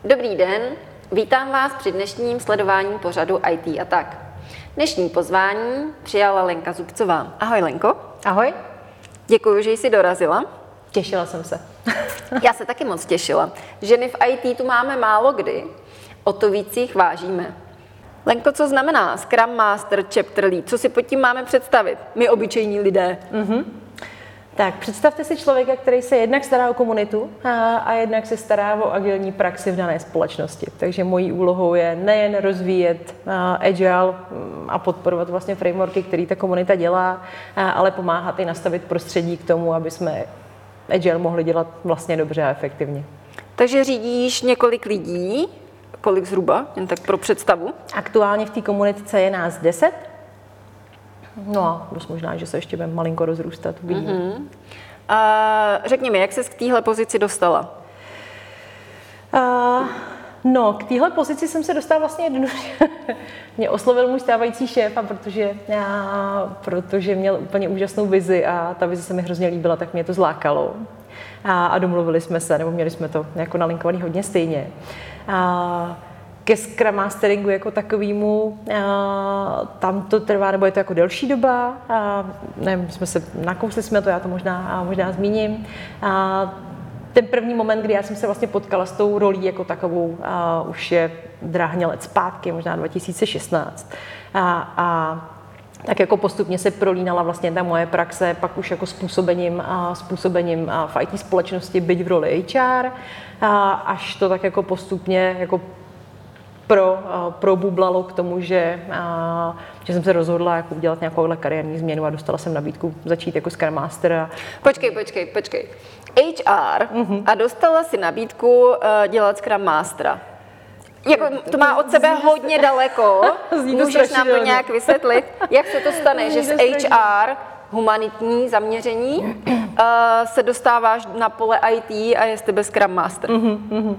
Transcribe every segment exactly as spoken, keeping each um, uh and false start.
Dobrý den, vítám vás při dnešním sledování pořadu í té a tak. Dnešní pozvání přijala Lenka Zubcová. Ahoj Lenko. Ahoj. Děkuji, že jsi dorazila. Těšila jsem se. Já se taky moc těšila. Ženy v í té tu máme málo kdy, o to víc jich vážíme. Lenko, co znamená Scrum Master, Chapter Lead? Co si pod tím máme představit? My obyčejní lidé. Mm-hmm. Tak představte si člověka, který se jednak stará o komunitu a, a jednak se stará o agilní praxi v dané společnosti. Takže mojí úlohou je nejen rozvíjet a, agile a podporovat vlastně frameworky, které ta komunita dělá, a, ale pomáhat i nastavit prostředí k tomu, aby jsme agile mohli dělat vlastně dobře a efektivně. Takže řídíš několik lidí, kolik zhruba, jen tak pro představu? Aktuálně v té komunitce je nás deset. No a dost možná, že se ještě budeme malinko rozrůstat. Mm-hmm. A řekni mi, jak ses k téhle pozici dostala? Uh, no, k téhle pozici jsem se dostala vlastně jednoduše. Mě oslovil můj stávající šéf, a protože, a, protože měl úplně úžasnou vizi a ta vize se mi hrozně líbila, tak mě to zlákalo. A, a domluvili jsme se, nebo měli jsme to jako nalinkovaný hodně stejně. A, ke Scrum Masteringu jako takovému, tam to trvá, nebo je to jako delší doba, a, nevím, jsme se nakousli jsme to, já to možná, možná zmíním. A, ten první moment, kdy já jsem se vlastně potkala s tou rolí jako takovou, a, už je dráhně let zpátky, možná dva tisíce šestnáct. A, a tak jako postupně se prolínala vlastně ta moje praxe, pak už jako způsobením, a způsobením a v í té společnosti, byť v roli há er, a až to tak jako postupně jako pro, probublalo k tomu, že, a, že jsem se rozhodla jako udělat nějakou kariérní změnu a dostala jsem nabídku začít jako Scrum Master. A... Počkej, počkej, počkej. há er mm-hmm. a dostala si nabídku uh, dělat Scrum Mastera. Jako, to má od sebe hodně daleko. Můžeš nám to nějak vysvětlit? Jak se to stane, že z há er, humanitní zaměření, uh, se dostáváš na pole í té a je z tebe Scrum Master? Mm-hmm.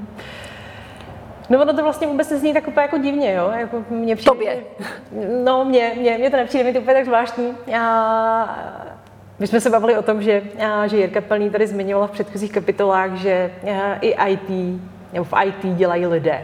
No ono to vlastně vůbec nezní tak úplně jako divně, jo? Jako mě přijde, Tobě? No mě, mě, mě to nepřijde, mi to úplně tak zvláštní. Já, my jsme se bavili o tom, že, že Jirka Pelný tady zmiňovala v předchozích kapitolách, že i í té, nebo v í té dělají lidé.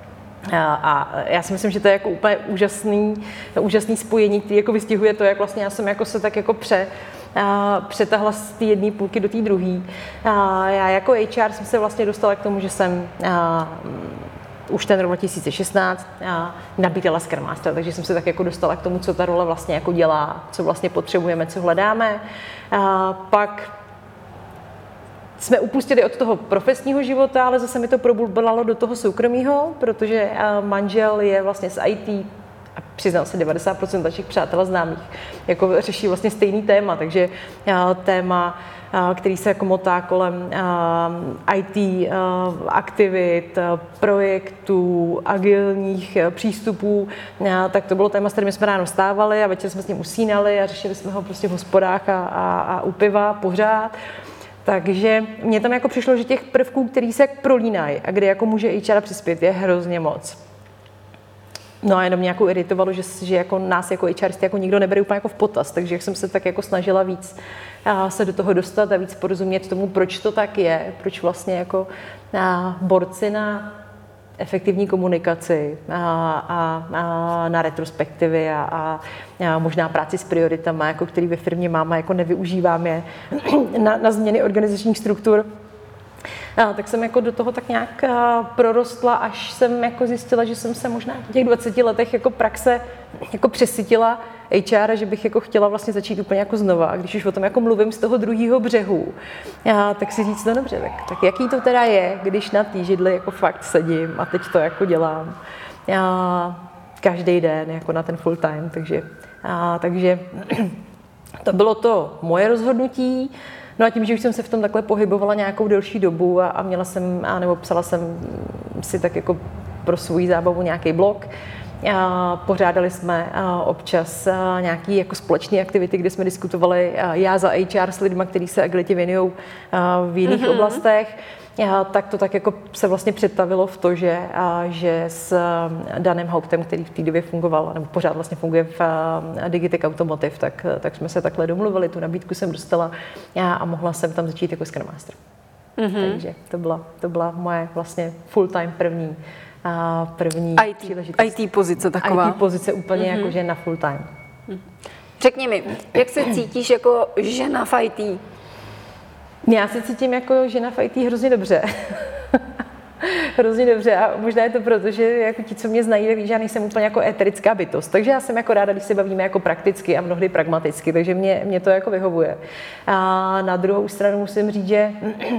A já si myslím, že to je jako úplně úžasný, úžasný spojení, který jako vystihuje to, jak vlastně já jsem jako se tak jako pře, a přetahla z té jedné půlky do té druhé. Já jako há er jsem se vlastně dostala k tomu, že jsem a, už ten rok dva tisíce šestnáct a, nabídala Scrum Master, takže jsem se tak jako dostala k tomu, co ta role vlastně jako dělá, co vlastně potřebujeme, co hledáme. A pak jsme upustili od toho profesního života, ale zase mi to probublalo do toho soukromého, protože manžel je vlastně z í té a přiznal se devadesát procent našich přátel a známých, jako řeší vlastně stejný téma, takže téma, který se jako motá kolem í té aktivit, projektů, agilních přístupů, tak to bylo téma, s kterým jsme ráno stávali a večer jsme s ním usínali a řešili jsme ho prostě v hospodách a, a, a u piva pořád. Takže mně tam jako přišlo, že těch prvků, který se prolínají a kde jako může há er přispět, je hrozně moc. No a jenom mě jako iritovalo, že, že jako nás jako há eristy jako nikdo nebere úplně jako v potaz, takže jak jsem se tak jako snažila víc se do toho dostat a víc porozumět tomu, proč to tak je, proč vlastně jako borci na efektivní komunikaci a, a, a na retrospektivy a, a, a možná práci s prioritama, jako který ve firmě máme, jako nevyužívám je na, na změny organizačních struktur. A, tak jsem jako do toho tak nějak a, prorostla, až jsem jako zjistila, že jsem se možná v těch dvaceti letech jako praxe jako přesytila há er, že bych jako chtěla vlastně začít úplně jako znova. A když už o tom jako mluvím z toho druhého břehu, a, tak si říct, no dobře, tak, tak jaký to teda je, když na té židli jako fakt sedím a teď to jako dělám a, každý den jako na ten full time. Takže, a, takže to bylo to moje rozhodnutí. No a tím, že už jsem se v tom takhle pohybovala nějakou delší dobu a, a měla jsem, a nebo psala jsem si tak jako pro svou zábavu nějaký blog, a pořádali jsme občas nějaké jako společné aktivity, kde jsme diskutovali já za há er s lidmi, kteří se agilitě věnují v jiných mm-hmm. oblastech. A tak to tak jako se vlastně přetavilo v to, že, že s Danem Hauptem, který v té době fungoval, nebo pořád vlastně funguje v Digitec Automotive, tak, tak jsme se takhle domluvili, tu nabídku jsem dostala a mohla jsem tam začít jako Scrum Master. Mm-hmm. Takže to byla, to byla moje vlastně full-time první, a první I T, příležitost. I T pozice taková. I T pozice úplně mm-hmm. jakože na full-time. Řekni mi, jak se cítíš jako žena v I T? Já se cítím jako žena v I T hrozně dobře. Hrozně dobře a možná je to proto, že jako ti, co mě znají, tak ví, že já nejsem úplně jako eterická bytost. Takže já jsem jako ráda, když se bavíme jako prakticky a mnohdy pragmaticky, takže mě, mě to jako vyhovuje. A na druhou stranu musím říct, že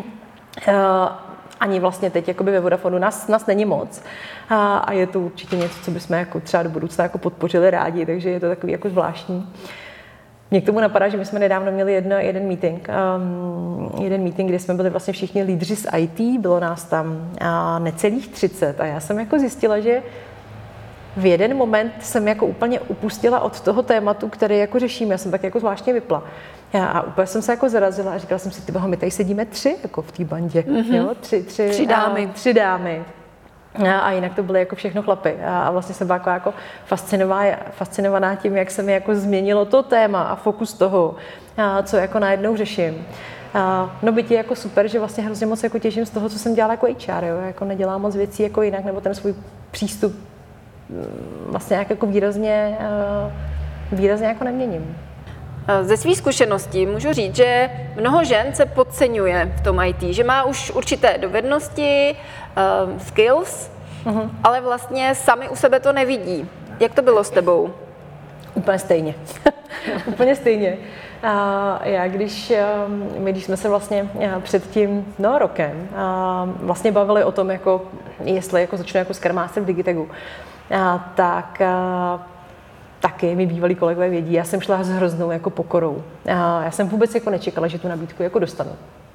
ani vlastně teď jakoby ve Vodafonu nás, nás není moc. A, a je to určitě něco, co bychom jako třeba do budoucna jako podpořili rádi, takže je to takový jako zvláštní. Mě k tomu napadá, že my jsme nedávno měli jedno, jeden meeting, um, jeden meeting, kde jsme byli vlastně všichni lídři z I T, bylo nás tam uh, necelých třicet a já jsem jako zjistila, že v jeden moment jsem jako úplně upustila od toho tématu, který jako řešíme, já jsem tak jako zvláštně vypla. A úplně jsem se jako zarazila a říkala jsem si, tyboha, my tady sedíme tři jako v té bandě, mm-hmm. jo? Tři, tři, tři dámy. A, tři dámy. A jinak to byly jako všechno chlapy. A vlastně jsem byla jako fascinovaná, fascinovaná tím, jak se mi jako změnilo to téma a fokus toho, a co jako najednou řeším. A no byť je jako super, že vlastně hrozně moc jako těším z toho, co jsem dělala jako H R, jo? Jako nedělám moc věcí jako jinak, nebo ten svůj přístup vlastně nějak jako výrazně, výrazně jako neměním. Ze svých zkušeností můžu říct, že mnoho žen se podceňuje v tom I T, že má už určité dovednosti, um, skills, uh-huh. ale vlastně sami u sebe to nevidí. Jak to bylo s tebou? Úplně stejně. Úplně stejně. A já, když, my, když jsme se vlastně před tím no, rokem vlastně bavili o tom, jako, jestli jako začnu jako Scrum Master v Digitegu, a, tak a, taky mi bývalí kolegové vědí, já jsem šla s hroznou jako pokorou. A já jsem vůbec jako nečekala, že tu nabídku jako dostanu.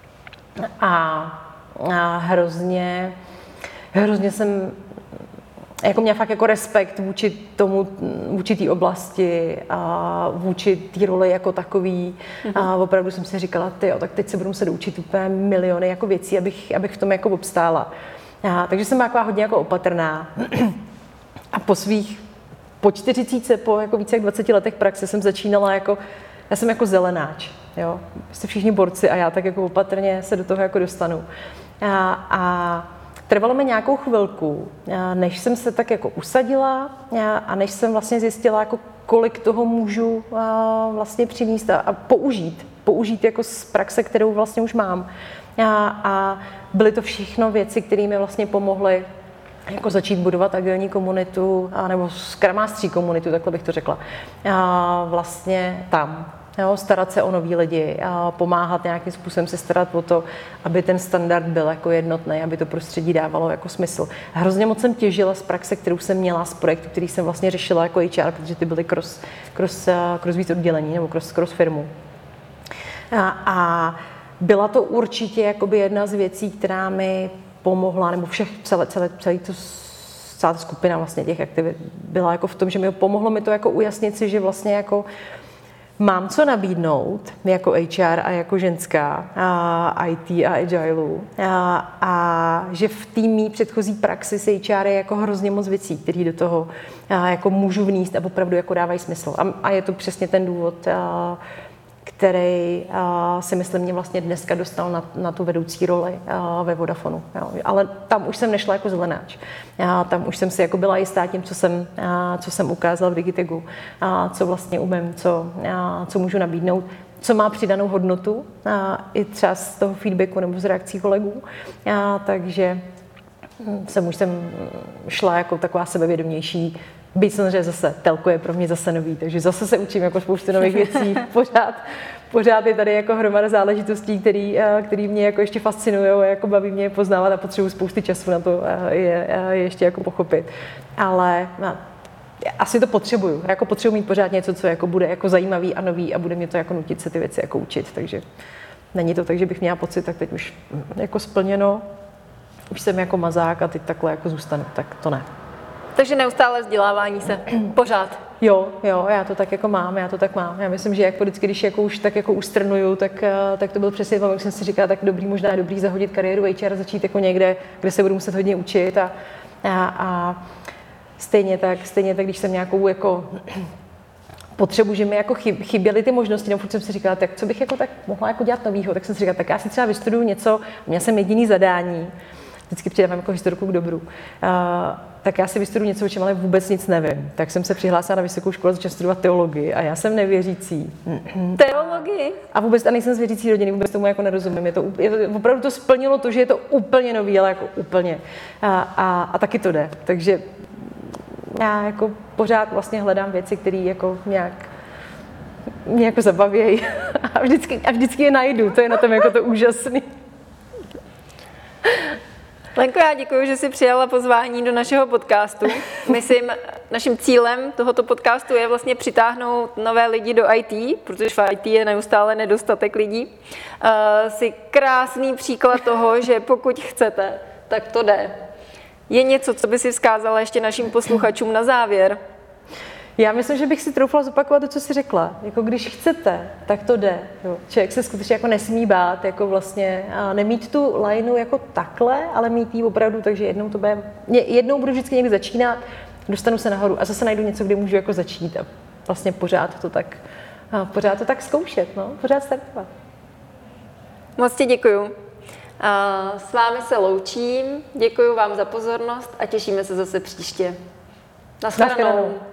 A, a hrozně, hrozně jsem jako měla fakt jako respekt vůči tomu, vůči té oblasti a vůči té roli jako takový. Mm-hmm. A opravdu jsem si říkala, tyjo, tak teď se budu muset učit úplně miliony jako věcí, abych, abych v tom jako obstála. A, takže jsem byla taková hodně jako opatrná. A po svých, po čtyřicítce, po jako více jak dvaceti letech praxe jsem začínala jako, já jsem jako zelenáč, jo. Jste všichni borci a já tak jako opatrně se do toho jako dostanu. A, a trvalo mi nějakou chvilku, než jsem se tak jako usadila a než jsem vlastně zjistila, jako kolik toho můžu vlastně přinést a použít. Použít jako z praxe, kterou vlastně už mám. A, a byly to všechno věci, které mi vlastně pomohly jako začít budovat agilní komunitu, nebo Scrum Mastery komunitu, takhle bych to řekla. A vlastně tam. Jo, starat se o nový lidi a pomáhat nějakým způsobem se starat o to, aby ten standard byl jako jednotný, aby to prostředí dávalo jako smysl. Hrozně moc jsem těžila z praxe, kterou jsem měla, z projektu, který jsem vlastně řešila jako H R, protože ty byly cross, cross, cross víc oddělení nebo cross, cross firmu. A, a byla to určitě jakoby jedna z věcí, která mi pomohla, nebo všech, celé, celé, celé to, celá ta skupina vlastně těch aktivit byla jako v tom, že mi pomohlo mi to jako ujasnit si, že vlastně jako mám co nabídnout jako H R a jako ženská a I T a Agileu a, a že v té mý předchozí praxi s H R je jako hrozně moc věcí, které do toho a, jako můžu vníst a opravdu jako dávají smysl. A, a je to přesně ten důvod, a, který a, si myslím mě vlastně dneska dostal na, na tu vedoucí roli a, ve Vodafonu. Jo. Ale tam už jsem nešla jako zelenáč. A tam už jsem si jako byla jistá tím, co jsem, a, co jsem ukázala v Digitegu, a co vlastně umím, co, a, co můžu nabídnout, co má přidanou hodnotu a, i třeba z toho feedbacku nebo z reakcí kolegů. A, takže jsem už jsem šla jako taková sebevědomější. Byť samozřejmě zase, telko je pro mě zase nový, takže zase se učím jako spoustu nových věcí, pořád, pořád je tady jako hromada záležitostí, který, který mě jako ještě fascinují, jako baví mě poznávat a potřebuji spousty času na to je, je ještě jako pochopit. Ale no, asi to potřebuju, jako potřebuji mít pořád něco, co jako bude jako zajímavý a nový a bude mě to jako nutit se ty věci jako učit, takže není to tak, že bych měla pocit, tak teď už jako splněno, už jsem jako mazák a teď takhle jako zůstanu, tak to ne. Takže neustále vzdělávání se, pořád. Jo, jo, já to tak jako mám, já to tak mám. Já myslím, že jako vždycky, když jako už tak jako ustrnuju, tak, tak to byl přesně to, jak jsem si říkala, tak dobrý, možná je dobrý zahodit kariéru H R, začít jako někde, kde se budu muset hodně učit a, a, a stejně tak, stejně tak, když jsem nějakou jako potřebu, že mi jako chyb, chyběly ty možnosti, nebo jsem si říkala, tak co bych jako tak mohla jako dělat novýho, tak jsem si říkala, tak já si třeba vystuduju něco, měla jsem jediný zadání, vždycky přidávám jako historiku k dobru, uh, tak já si vystuduju něco, o čem ale vůbec nic nevím. Tak jsem se přihlásila na vysokou školu, začala studovat teologii a já jsem nevěřící. Teologii? A vůbec a nejsem z věřící rodiny, vůbec tomu jako nerozumím. Je to, je to, opravdu to splnilo to, že je to úplně nový, ale jako úplně. A, a, a taky to jde. Takže já jako pořád vlastně hledám věci, které jako nějak mě jako zabavějí a vždycky, a vždycky je najdu. To je na tom jako to úžasný. Lenko, já děkuji, že jsi přijala pozvání do našeho podcastu. Myslím, naším cílem tohoto podcastu je vlastně přitáhnout nové lidi do í té, protože v í té je neustále nedostatek lidí. Uh, jsi krásný příklad toho, že pokud chcete, tak to jde. Je něco, co by si vzkázala ještě našim posluchačům na závěr? Já myslím, že bych si troufla zopakovat to, co jsi řekla. Jako když chcete, tak to jde. Jo. Člověk se skutečně jako nesmí bát, jako vlastně a nemít tu lineu jako takhle, ale mít ji opravdu, takže jednou to bude, jednou budu vždycky někdy začínat, dostanu se nahoru a zase najdu něco, kde můžu jako začít a vlastně pořád to tak, a pořád to tak zkoušet, no, pořád startovat. Moc ti děkuju. A s vámi se loučím, děkuji vám za pozornost a těšíme se zase příště. Naschledanou.